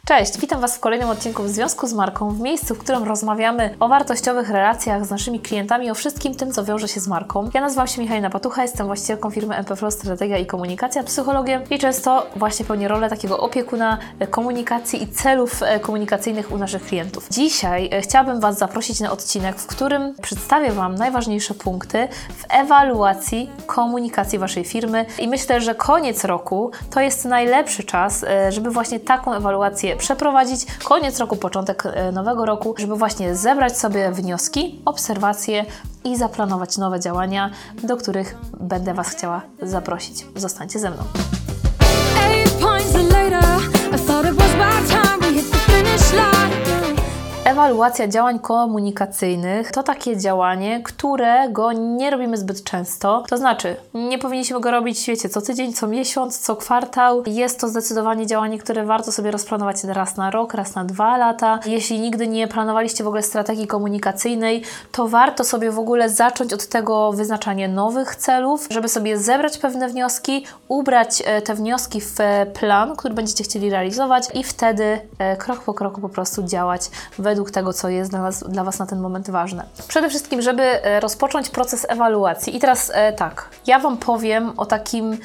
Cześć, witam Was w kolejnym odcinku w Związku z Marką, w miejscu, w którym rozmawiamy o wartościowych relacjach z naszymi klientami, o wszystkim tym, co wiąże się z marką. Ja nazywam się Michalina Patucha, jestem właścicielką firmy MP Flow Strategia i Komunikacja, psychologiem i często właśnie pełnię rolę takiego opiekuna komunikacji i celów komunikacyjnych u naszych klientów. Dzisiaj chciałabym Was zaprosić na odcinek, w którym przedstawię Wam najważniejsze punkty w ewaluacji komunikacji Waszej firmy i myślę, że koniec roku to jest najlepszy czas, żeby właśnie taką ewaluację przeprowadzić. Koniec roku, początek nowego roku, żeby właśnie zebrać sobie wnioski, obserwacje i zaplanować nowe działania, do których będę Was chciała zaprosić. Zostańcie ze mną. Ewaluacja działań komunikacyjnych to takie działanie, którego nie robimy zbyt często. To znaczy, nie powinniśmy go robić, wiecie, co tydzień, co miesiąc, co kwartał. Jest to zdecydowanie działanie, które warto sobie rozplanować raz na rok, raz na 2 lata. Jeśli nigdy nie planowaliście w ogóle strategii komunikacyjnej, to warto sobie w ogóle zacząć od tego wyznaczania nowych celów, żeby sobie zebrać pewne wnioski, ubrać te wnioski w plan, który będziecie chcieli realizować i wtedy krok po kroku po prostu działać według tego, co jest dla Was na ten moment ważne. Przede wszystkim, żeby rozpocząć proces ewaluacji. I teraz tak, ja Wam powiem o takim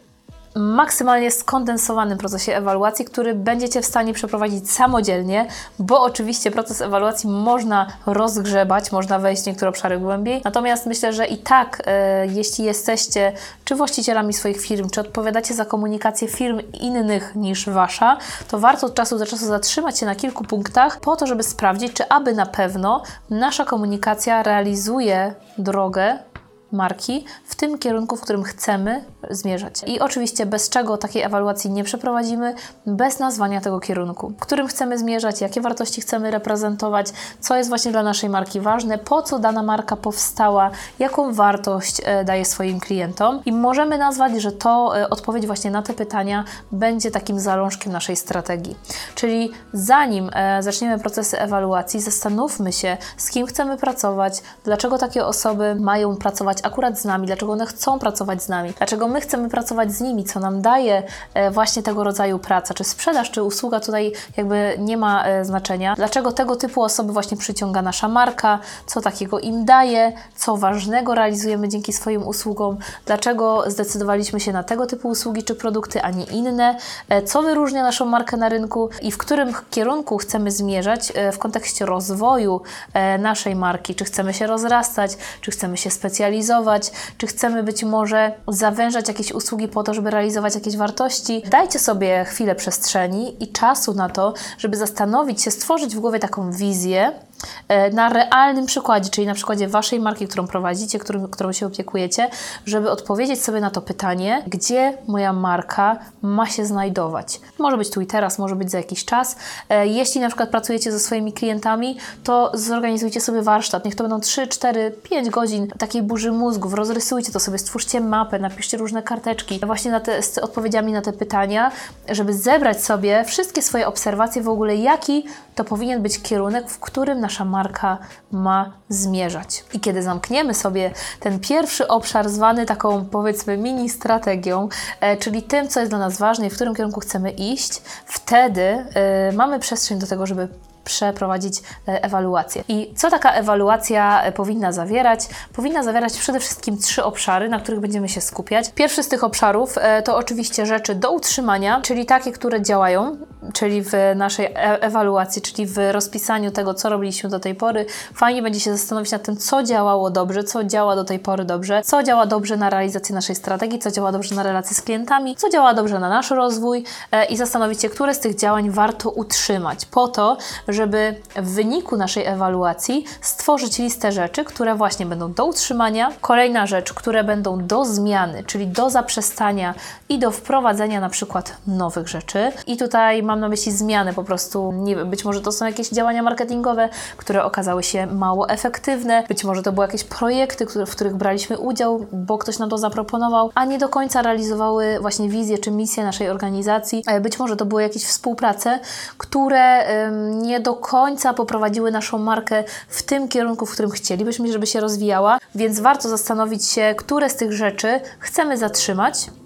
maksymalnie skondensowanym procesie ewaluacji, który będziecie w stanie przeprowadzić samodzielnie, bo oczywiście proces ewaluacji można rozgrzebać, można wejść w niektóre obszary głębiej, natomiast myślę, że i tak, jeśli jesteście czy właścicielami swoich firm, czy odpowiadacie za komunikację firm innych niż Wasza, to warto od czasu do czasu zatrzymać się na kilku punktach po to, żeby sprawdzić, czy aby na pewno nasza komunikacja realizuje drogę marki w tym kierunku, w którym chcemy zmierzać. I oczywiście bez czego takiej ewaluacji nie przeprowadzimy, bez nazwania tego kierunku, w którym chcemy zmierzać, jakie wartości chcemy reprezentować, co jest właśnie dla naszej marki ważne, po co dana marka powstała, jaką wartość daje swoim klientom i możemy nazwać, że to odpowiedź właśnie na te pytania będzie takim zalążkiem naszej strategii. Czyli zanim zaczniemy procesy ewaluacji, zastanówmy się, z kim chcemy pracować, dlaczego takie osoby mają pracować akurat z nami, dlaczego one chcą pracować z nami, dlaczego my chcemy pracować z nimi, co nam daje właśnie tego rodzaju praca, czy sprzedaż, czy usługa, tutaj jakby nie ma znaczenia, dlaczego tego typu osoby właśnie przyciąga nasza marka, co takiego im daje, co ważnego realizujemy dzięki swoim usługom, dlaczego zdecydowaliśmy się na tego typu usługi czy produkty, a nie inne, co wyróżnia naszą markę na rynku i w którym kierunku chcemy zmierzać w kontekście rozwoju naszej marki, czy chcemy się rozrastać, czy chcemy się specjalizować, czy chcemy być może zawężać jakieś usługi po to, żeby realizować jakieś wartości. Dajcie sobie chwilę przestrzeni i czasu na to, żeby zastanowić się, stworzyć w głowie taką wizję na realnym przykładzie, czyli na przykładzie Waszej marki, którą prowadzicie, którą się opiekujecie, żeby odpowiedzieć sobie na to pytanie, gdzie moja marka ma się znajdować. Może być tu i teraz, może być za jakiś czas. Jeśli na przykład pracujecie ze swoimi klientami, to zorganizujcie sobie warsztat. Niech to będą 3, 4, 5 godzin takiej burzy mózgów. Rozrysujcie to sobie, stwórzcie mapę, napiszcie różne karteczki właśnie z odpowiedziami na te pytania, żeby zebrać sobie wszystkie swoje obserwacje w ogóle, jaki to powinien być kierunek, w którym nasza marka ma zmierzać. I kiedy zamkniemy sobie ten pierwszy obszar zwany taką, powiedzmy, mini strategią, czyli tym, co jest dla nas ważne i w którym kierunku chcemy iść, wtedy mamy przestrzeń do tego, żeby przeprowadzić ewaluację. I co taka ewaluacja powinna zawierać? Powinna zawierać przede wszystkim 3 obszary, na których będziemy się skupiać. Pierwszy z tych obszarów to oczywiście rzeczy do utrzymania, czyli takie, które działają, czyli w naszej ewaluacji, czyli w rozpisaniu tego, co robiliśmy do tej pory. Fajnie będzie się zastanowić nad tym, co działało dobrze, co działa do tej pory dobrze, co działa dobrze na realizację naszej strategii, co działa dobrze na relacje z klientami, co działa dobrze na nasz rozwój i zastanowić się, które z tych działań warto utrzymać po to, żeby w wyniku naszej ewaluacji stworzyć listę rzeczy, które właśnie będą do utrzymania. Kolejna rzecz, które będą do zmiany, czyli do zaprzestania i do wprowadzenia na przykład nowych rzeczy. I tutaj mam na myśli zmiany po prostu, nie wiem, być może to są jakieś działania marketingowe, które okazały się mało efektywne, być może to były jakieś projekty, w których braliśmy udział, bo ktoś nam to zaproponował, a nie do końca realizowały właśnie wizję czy misję naszej organizacji. Być może to były jakieś współprace, które nie do końca poprowadziły naszą markę w tym kierunku, w którym chcielibyśmy, żeby się rozwijała, więc warto zastanowić się, które z tych rzeczy chcemy zatrzymać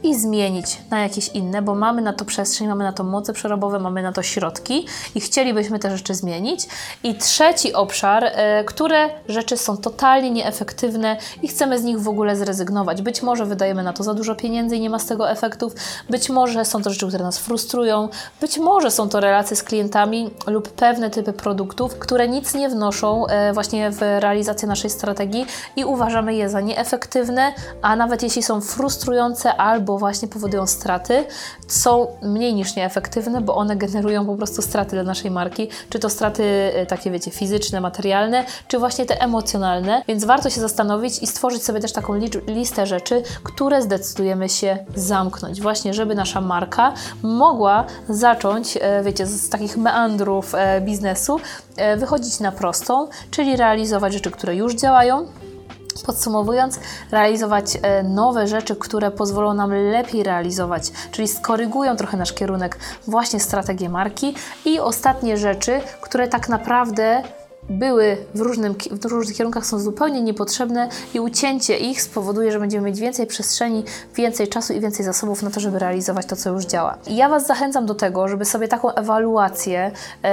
i zmienić na jakieś inne, bo mamy na to przestrzeń, mamy na to moce przerobowe, mamy na to środki i chcielibyśmy te rzeczy zmienić. I trzeci obszar, które rzeczy są totalnie nieefektywne i chcemy z nich w ogóle zrezygnować. Być może wydajemy na to za dużo pieniędzy i nie ma z tego efektów, być może są to rzeczy, które nas frustrują, być może są to relacje z klientami lub pewne typy produktów, które nic nie wnoszą właśnie w realizację naszej strategii i uważamy je za nieefektywne, a nawet jeśli są frustrujące albo właśnie powodują straty, są mniej niż nieefektywne, bo one generują po prostu straty dla naszej marki, czy to straty takie, wiecie, fizyczne, materialne, czy właśnie te emocjonalne, więc warto się zastanowić i stworzyć sobie też taką listę rzeczy, które zdecydujemy się zamknąć, właśnie żeby nasza marka mogła zacząć, wiecie, z takich meandrów biznesu wychodzić na prostą, czyli realizować rzeczy, które już działają. Podsumowując, realizować nowe rzeczy, które pozwolą nam lepiej realizować, czyli skorygują trochę nasz kierunek, właśnie strategię marki i ostatnie rzeczy, które tak naprawdę były w różnych kierunkach, są zupełnie niepotrzebne i ucięcie ich spowoduje, że będziemy mieć więcej przestrzeni, więcej czasu i więcej zasobów na to, żeby realizować to, co już działa. I ja Was zachęcam do tego, żeby sobie taką ewaluację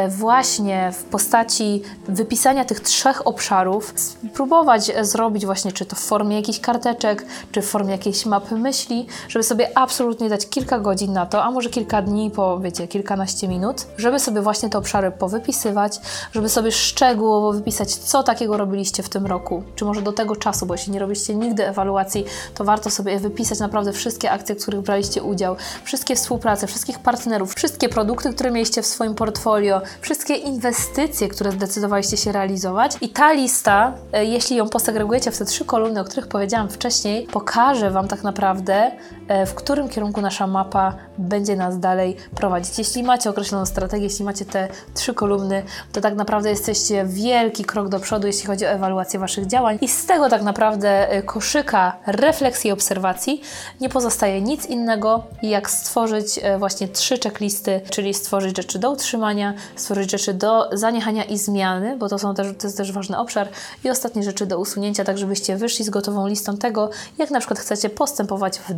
właśnie w postaci wypisania tych 3 obszarów spróbować zrobić właśnie, czy to w formie jakichś karteczek, czy w formie jakiejś mapy myśli, żeby sobie absolutnie dać kilka godzin na to, a może kilka dni po, wiecie, kilkanaście minut, żeby sobie właśnie te obszary powypisywać, żeby sobie szczegółowo wypisać, co takiego robiliście w tym roku, czy może do tego czasu, bo jeśli nie robiliście nigdy ewaluacji, to warto sobie wypisać naprawdę wszystkie akcje, w których braliście udział, wszystkie współprace, wszystkich partnerów, wszystkie produkty, które mieliście w swoim portfolio, wszystkie inwestycje, które zdecydowaliście się realizować i ta lista, jeśli ją posegregujecie w te 3 kolumny, o których powiedziałam wcześniej, pokaże Wam tak naprawdę, w którym kierunku nasza mapa będzie nas dalej prowadzić. Jeśli macie określoną strategię, jeśli macie te 3 kolumny, to tak naprawdę jesteście wielki krok do przodu, jeśli chodzi o ewaluację Waszych działań i z tego tak naprawdę koszyka refleksji i obserwacji nie pozostaje nic innego, jak stworzyć właśnie 3 checklisty, czyli stworzyć rzeczy do utrzymania, stworzyć rzeczy do zaniechania i zmiany, bo to jest też ważny obszar i ostatnie rzeczy do usunięcia, tak żebyście wyszli z gotową listą tego, jak na przykład chcecie postępować w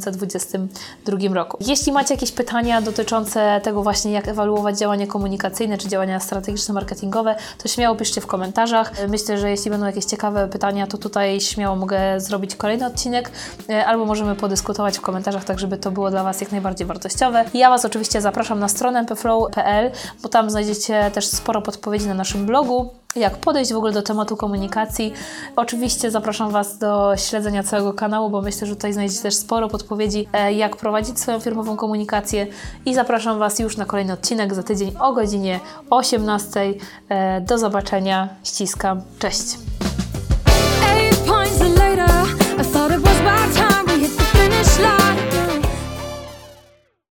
2022 roku. Jeśli macie jakieś pytania dotyczące tego właśnie, jak ewaluować działania komunikacyjne czy działania strategiczno-marketingowe, to śmiało piszcie w komentarzach. Myślę, że jeśli będą jakieś ciekawe pytania, to tutaj śmiało mogę zrobić kolejny odcinek, albo możemy podyskutować w komentarzach, tak żeby to było dla Was jak najbardziej wartościowe. Ja Was oczywiście zapraszam na stronę mpflow.pl, bo tam znajdziecie też sporo podpowiedzi na naszym blogu, jak podejść w ogóle do tematu komunikacji. Oczywiście zapraszam Was do śledzenia całego kanału, bo myślę, że tutaj znajdziecie też sporo podpowiedzi, jak prowadzić swoją firmową komunikację i zapraszam Was już na kolejny odcinek za tydzień o godzinie 18. Do zobaczenia. Ściskam. Cześć!